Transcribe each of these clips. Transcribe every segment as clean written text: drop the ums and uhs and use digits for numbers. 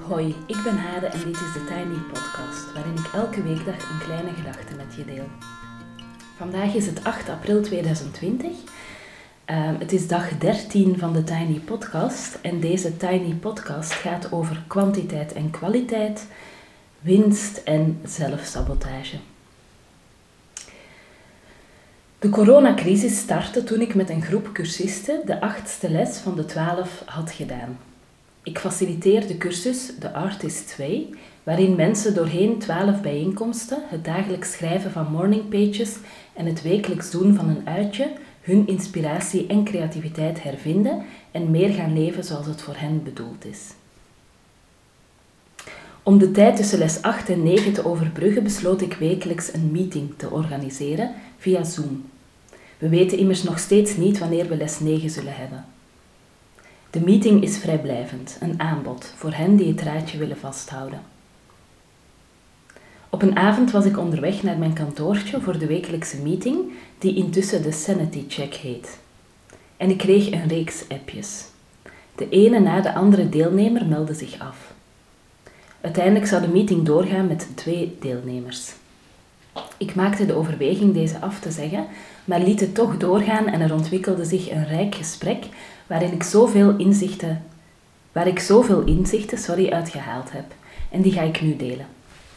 Hoi, ik ben Hade en dit is de Tiny Podcast, waarin ik elke weekdag een kleine gedachte met je deel. Vandaag is het 8 april 2020. Het is dag 13 van de Tiny Podcast en deze Tiny Podcast gaat over kwantiteit en kwaliteit, winst en zelfsabotage. De coronacrisis startte toen ik met een groep cursisten de 8e les van de 12 had gedaan. Ik faciliteer de cursus The Artist Way, waarin mensen doorheen 12 bijeenkomsten, het dagelijks schrijven van morningpages en het wekelijks doen van een uitje, hun inspiratie en creativiteit hervinden en meer gaan leven zoals het voor hen bedoeld is. Om de tijd tussen les 8 en 9 te overbruggen besloot ik wekelijks een meeting te organiseren via Zoom. We weten immers nog steeds niet wanneer we les 9 zullen hebben. De meeting is vrijblijvend, een aanbod voor hen die het draadje willen vasthouden. Op een avond was ik onderweg naar mijn kantoortje voor de wekelijkse meeting, die intussen de Sanity Check heet. En ik kreeg een reeks appjes. De ene na de andere deelnemer meldde zich af. Uiteindelijk zou de meeting doorgaan met 2 deelnemers. Ik maakte de overweging deze af te zeggen, maar liet het toch doorgaan en er ontwikkelde zich een rijk gesprek waar ik zoveel inzichten uitgehaald heb. En die ga ik nu delen.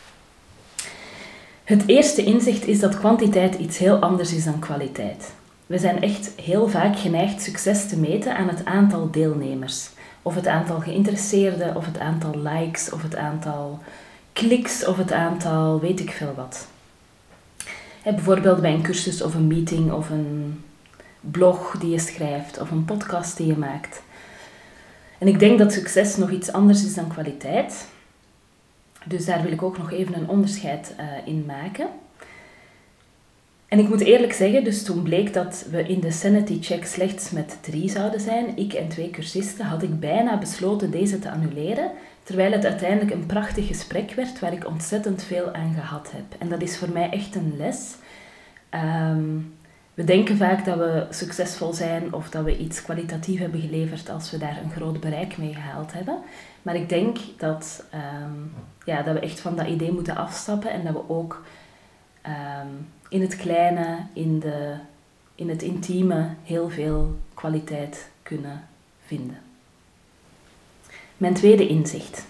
Het eerste inzicht is dat kwantiteit iets heel anders is dan kwaliteit. We zijn echt heel vaak geneigd succes te meten aan het aantal deelnemers. Of het aantal geïnteresseerden, of het aantal likes, of het aantal kliks, of het aantal weet ik veel wat. Bijvoorbeeld bij een cursus of een meeting of een blog die je schrijft of een podcast die je maakt. En ik denk dat succes nog iets anders is dan kwaliteit. Dus daar wil ik ook nog even een onderscheid in maken. En ik moet eerlijk zeggen, dus toen bleek dat we in de Sanity Check slechts met 3 zouden zijn, ik en 2 cursisten, had ik bijna besloten deze te annuleren, terwijl het uiteindelijk een prachtig gesprek werd waar ik ontzettend veel aan gehad heb. En dat is voor mij echt een les. We denken vaak dat we succesvol zijn of dat we iets kwalitatief hebben geleverd als we daar een groot bereik mee gehaald hebben. Maar ik denk dat we echt van dat idee moeten afstappen en dat we ook in het kleine, in het intieme heel veel kwaliteit kunnen vinden. Mijn tweede inzicht.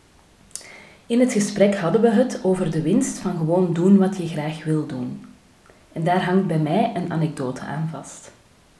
In het gesprek hadden we het over de winst van gewoon doen wat je graag wil doen. En daar hangt bij mij een anekdote aan vast.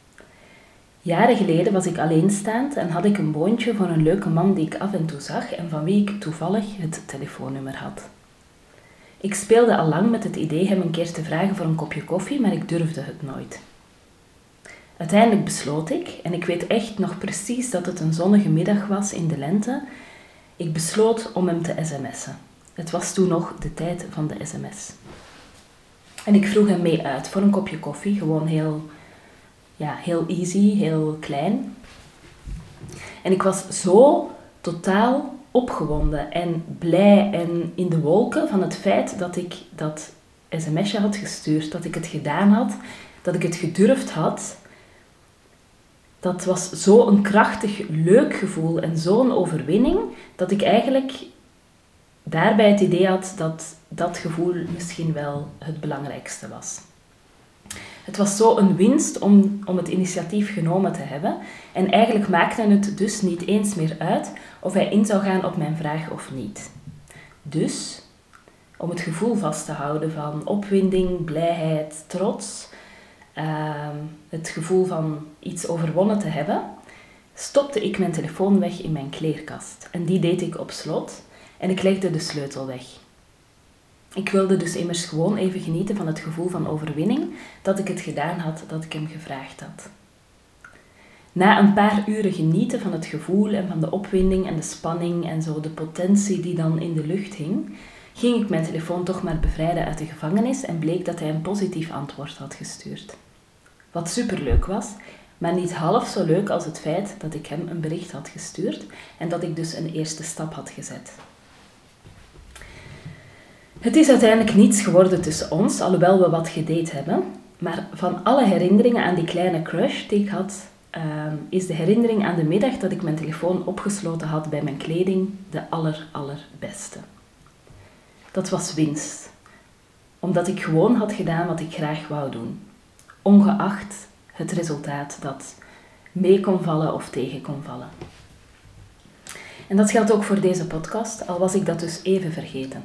Jaren geleden was ik alleenstaand en had ik een boontje voor een leuke man die ik af en toe zag en van wie ik toevallig het telefoonnummer had. Ik speelde al lang met het idee hem een keer te vragen voor een kopje koffie, maar ik durfde het nooit. Uiteindelijk besloot ik, en ik weet echt nog precies dat het een zonnige middag was in de lente, ik besloot om hem te sms'en. Het was toen nog de tijd van de sms. En ik vroeg hem mee uit voor een kopje koffie, gewoon heel easy, heel klein. En ik was zo totaal opgewonden en blij en in de wolken van het feit dat ik dat sms'je had gestuurd, dat ik het gedaan had, dat ik het gedurfd had. Dat was zo'n krachtig, leuk gevoel en zo'n overwinning, dat ik eigenlijk daarbij het idee had dat dat gevoel misschien wel het belangrijkste was. Het was zo een winst om het initiatief genomen te hebben en eigenlijk maakte het dus niet eens meer uit of hij in zou gaan op mijn vraag of niet. Dus, om het gevoel vast te houden van opwinding, blijheid, trots, het gevoel van iets overwonnen te hebben, stopte ik mijn telefoon weg in mijn kleerkast en die deed ik op slot en ik legde de sleutel weg. Ik wilde dus immers gewoon even genieten van het gevoel van overwinning dat ik het gedaan had dat ik hem gevraagd had. Na een paar uren genieten van het gevoel en van de opwinding en de spanning en zo de potentie die dan in de lucht hing, ging ik mijn telefoon toch maar bevrijden uit de gevangenis en bleek dat hij een positief antwoord had gestuurd. Wat superleuk was, maar niet half zo leuk als het feit dat ik hem een bericht had gestuurd en dat ik dus een eerste stap had gezet. Het is uiteindelijk niets geworden tussen ons, alhoewel we wat gedate hebben, maar van alle herinneringen aan die kleine crush die ik had, is de herinnering aan de middag dat ik mijn telefoon opgesloten had bij mijn kleding de allerbeste. Dat was winst. Omdat ik gewoon had gedaan wat ik graag wou doen. Ongeacht het resultaat dat mee kon vallen of tegen kon vallen. En dat geldt ook voor deze podcast, al was ik dat dus even vergeten.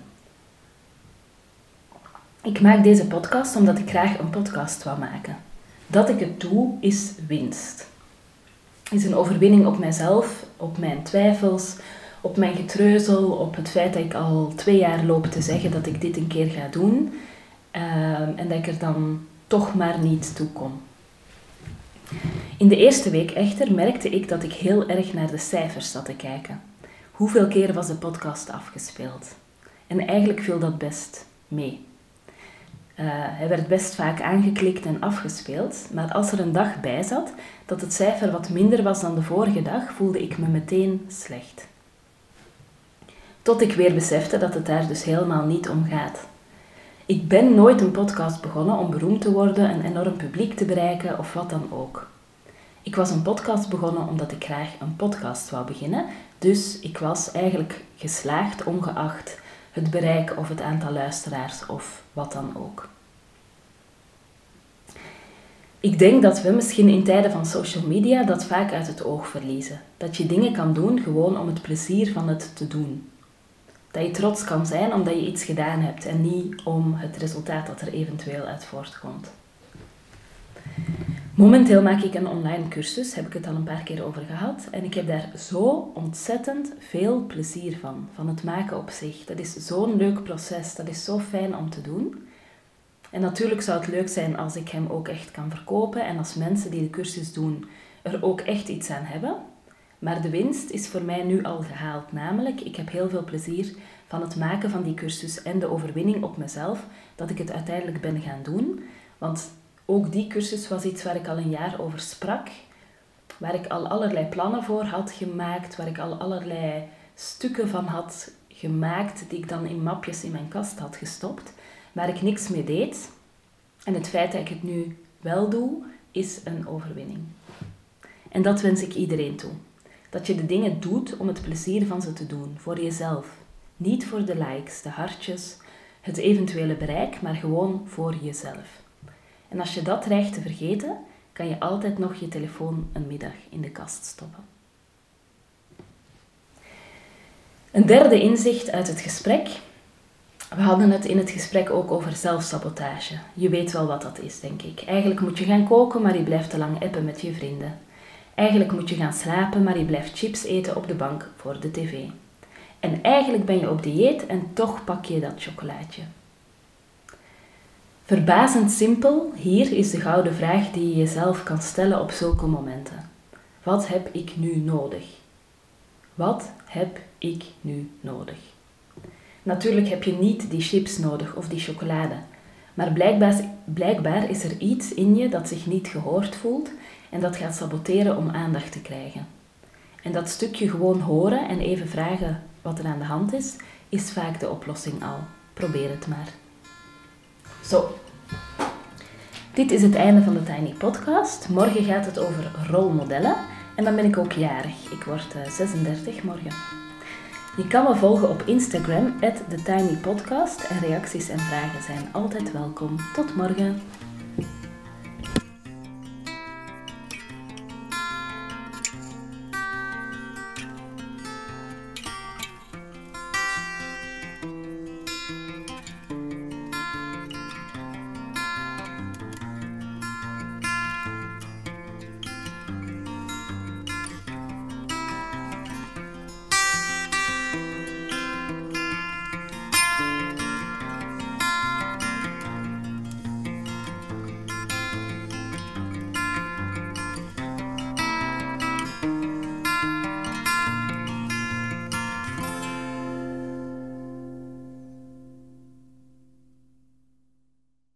Ik maak deze podcast omdat ik graag een podcast wou maken. Dat ik het doe, is winst. Is een overwinning op mijzelf, op mijn twijfels, op mijn getreuzel, op het feit dat ik al 2 jaar loop te zeggen dat ik dit een keer ga doen en dat ik er dan toch maar niet toe kom. In de eerste week echter merkte ik dat ik heel erg naar de cijfers zat te kijken. Hoeveel keer was de podcast afgespeeld? En eigenlijk viel dat best mee. Hij werd best vaak aangeklikt en afgespeeld, maar als er een dag bij zat dat het cijfer wat minder was dan de vorige dag, voelde ik me meteen slecht. Tot ik weer besefte dat het daar dus helemaal niet om gaat. Ik ben nooit een podcast begonnen om beroemd te worden, een enorm publiek te bereiken of wat dan ook. Ik was een podcast begonnen omdat ik graag een podcast wou beginnen, dus ik was eigenlijk geslaagd ongeacht het bereik of het aantal luisteraars of wat dan ook. Ik denk dat we misschien in tijden van social media dat vaak uit het oog verliezen. Dat je dingen kan doen gewoon om het plezier van het te doen. Dat je trots kan zijn omdat je iets gedaan hebt en niet om het resultaat dat er eventueel uit voortkomt. Momenteel maak ik een online cursus, heb ik het al een paar keer over gehad. En ik heb daar zo ontzettend veel plezier van het maken op zich. Dat is zo'n leuk proces, dat is zo fijn om te doen. En natuurlijk zou het leuk zijn als ik hem ook echt kan verkopen en als mensen die de cursus doen er ook echt iets aan hebben. Maar de winst is voor mij nu al gehaald, namelijk ik heb heel veel plezier van het maken van die cursus en de overwinning op mezelf dat ik het uiteindelijk ben gaan doen. Want ook die cursus was iets waar ik al een jaar over sprak, waar ik al allerlei plannen voor had gemaakt, waar ik al allerlei stukken van had gemaakt die ik dan in mapjes in mijn kast had gestopt, waar ik niks mee deed. En het feit dat ik het nu wel doe, is een overwinning. En dat wens ik iedereen toe. Dat je de dingen doet om het plezier van ze te doen, voor jezelf. Niet voor de likes, de hartjes, het eventuele bereik, maar gewoon voor jezelf. En als je dat dreigt te vergeten, kan je altijd nog je telefoon een middag in de kast stoppen. Een derde inzicht uit het gesprek. We hadden het in het gesprek ook over zelfsabotage. Je weet wel wat dat is, denk ik. Eigenlijk moet je gaan koken, maar je blijft te lang appen met je vrienden. Eigenlijk moet je gaan slapen, maar je blijft chips eten op de bank voor de tv. En eigenlijk ben je op dieet en toch pak je dat chocolaatje. Verbazend simpel, hier is de gouden vraag die je jezelf kan stellen op zulke momenten. Wat heb ik nu nodig? Wat heb ik nu nodig? Natuurlijk heb je niet die chips nodig of die chocolade, maar blijkbaar is er iets in je dat zich niet gehoord voelt en dat gaat saboteren om aandacht te krijgen. En dat stukje gewoon horen en even vragen wat er aan de hand is vaak de oplossing al. Probeer het maar. Zo, dit is het einde van de Tiny Podcast. Morgen gaat het over rolmodellen en dan ben ik ook jarig. Ik word 36 morgen. Je kan me volgen op Instagram @TheTinyPodcast en reacties en vragen zijn altijd welkom. Tot morgen!